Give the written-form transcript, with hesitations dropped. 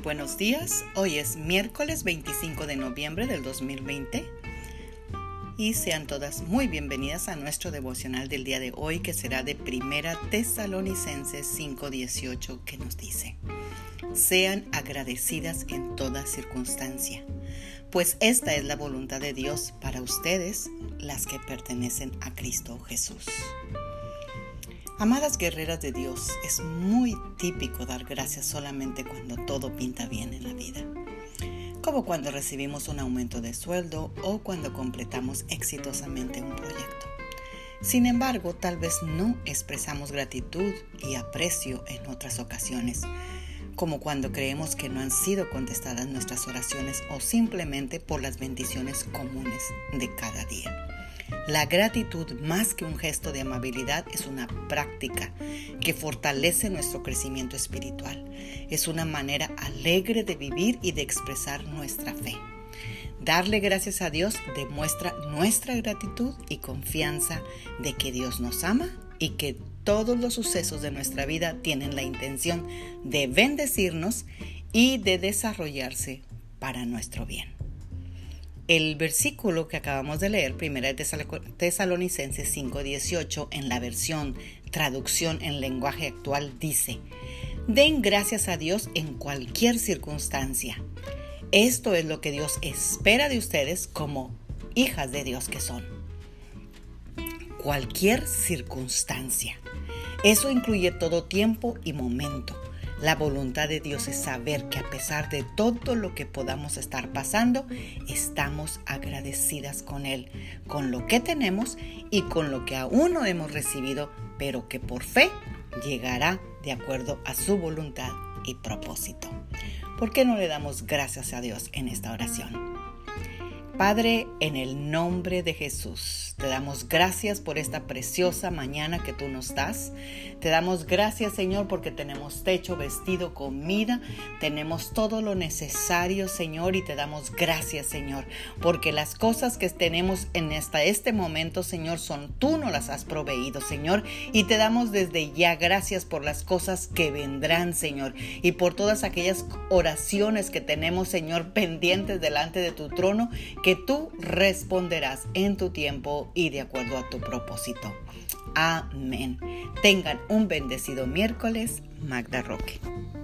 buenos días. Hoy es miércoles 25 de noviembre del 2020 y sean todas muy bienvenidas a nuestro devocional del día de hoy, que será de Primera Tesalonicenses 5:18, que nos dice: sean agradecidas en toda circunstancia, pues esta es la voluntad de Dios para ustedes, las que pertenecen a Cristo Jesús. Amadas guerreras de Dios, es muy típico dar gracias solamente cuando todo pinta bien en la vida, como cuando recibimos un aumento de sueldo o cuando completamos exitosamente un proyecto. Sin embargo, tal vez no expresamos gratitud y aprecio en otras ocasiones, como cuando creemos que no han sido contestadas nuestras oraciones o simplemente por las bendiciones comunes de cada día. La gratitud, más que un gesto de amabilidad, es una práctica que fortalece nuestro crecimiento espiritual. Es una manera alegre de vivir y de expresar nuestra fe. Darle gracias a Dios demuestra nuestra gratitud y confianza de que Dios nos ama y que todos los sucesos de nuestra vida tienen la intención de bendecirnos y de desarrollarse para nuestro bien. El versículo que acabamos de leer, 1 Tesalonicenses 5:18, en la versión traducción en lenguaje actual, dice: den gracias a Dios en cualquier circunstancia. Esto es lo que Dios espera de ustedes como hijas de Dios que son. Cualquier circunstancia. Eso incluye todo tiempo y momento. La voluntad de Dios es saber que a pesar de todo lo que podamos estar pasando, estamos agradecidas con Él, con lo que tenemos y con lo que aún no hemos recibido, pero que por fe llegará de acuerdo a su voluntad y propósito. ¿Por qué no le damos gracias a Dios en esta oración? Padre, en el nombre de Jesús, te damos gracias por esta preciosa mañana que tú nos das. Te damos gracias, Señor, porque tenemos techo, vestido, comida. Tenemos todo lo necesario, Señor, y te damos gracias, Señor, porque las cosas que tenemos en este momento, Señor, tú nos las has proveído, Señor, y te damos desde ya gracias por las cosas que vendrán, Señor, y por todas aquellas oraciones que tenemos, Señor, pendientes delante de tu trono, que tú responderás en tu tiempo y de acuerdo a tu propósito. Amén. Tengan un bendecido miércoles. Magda Roque.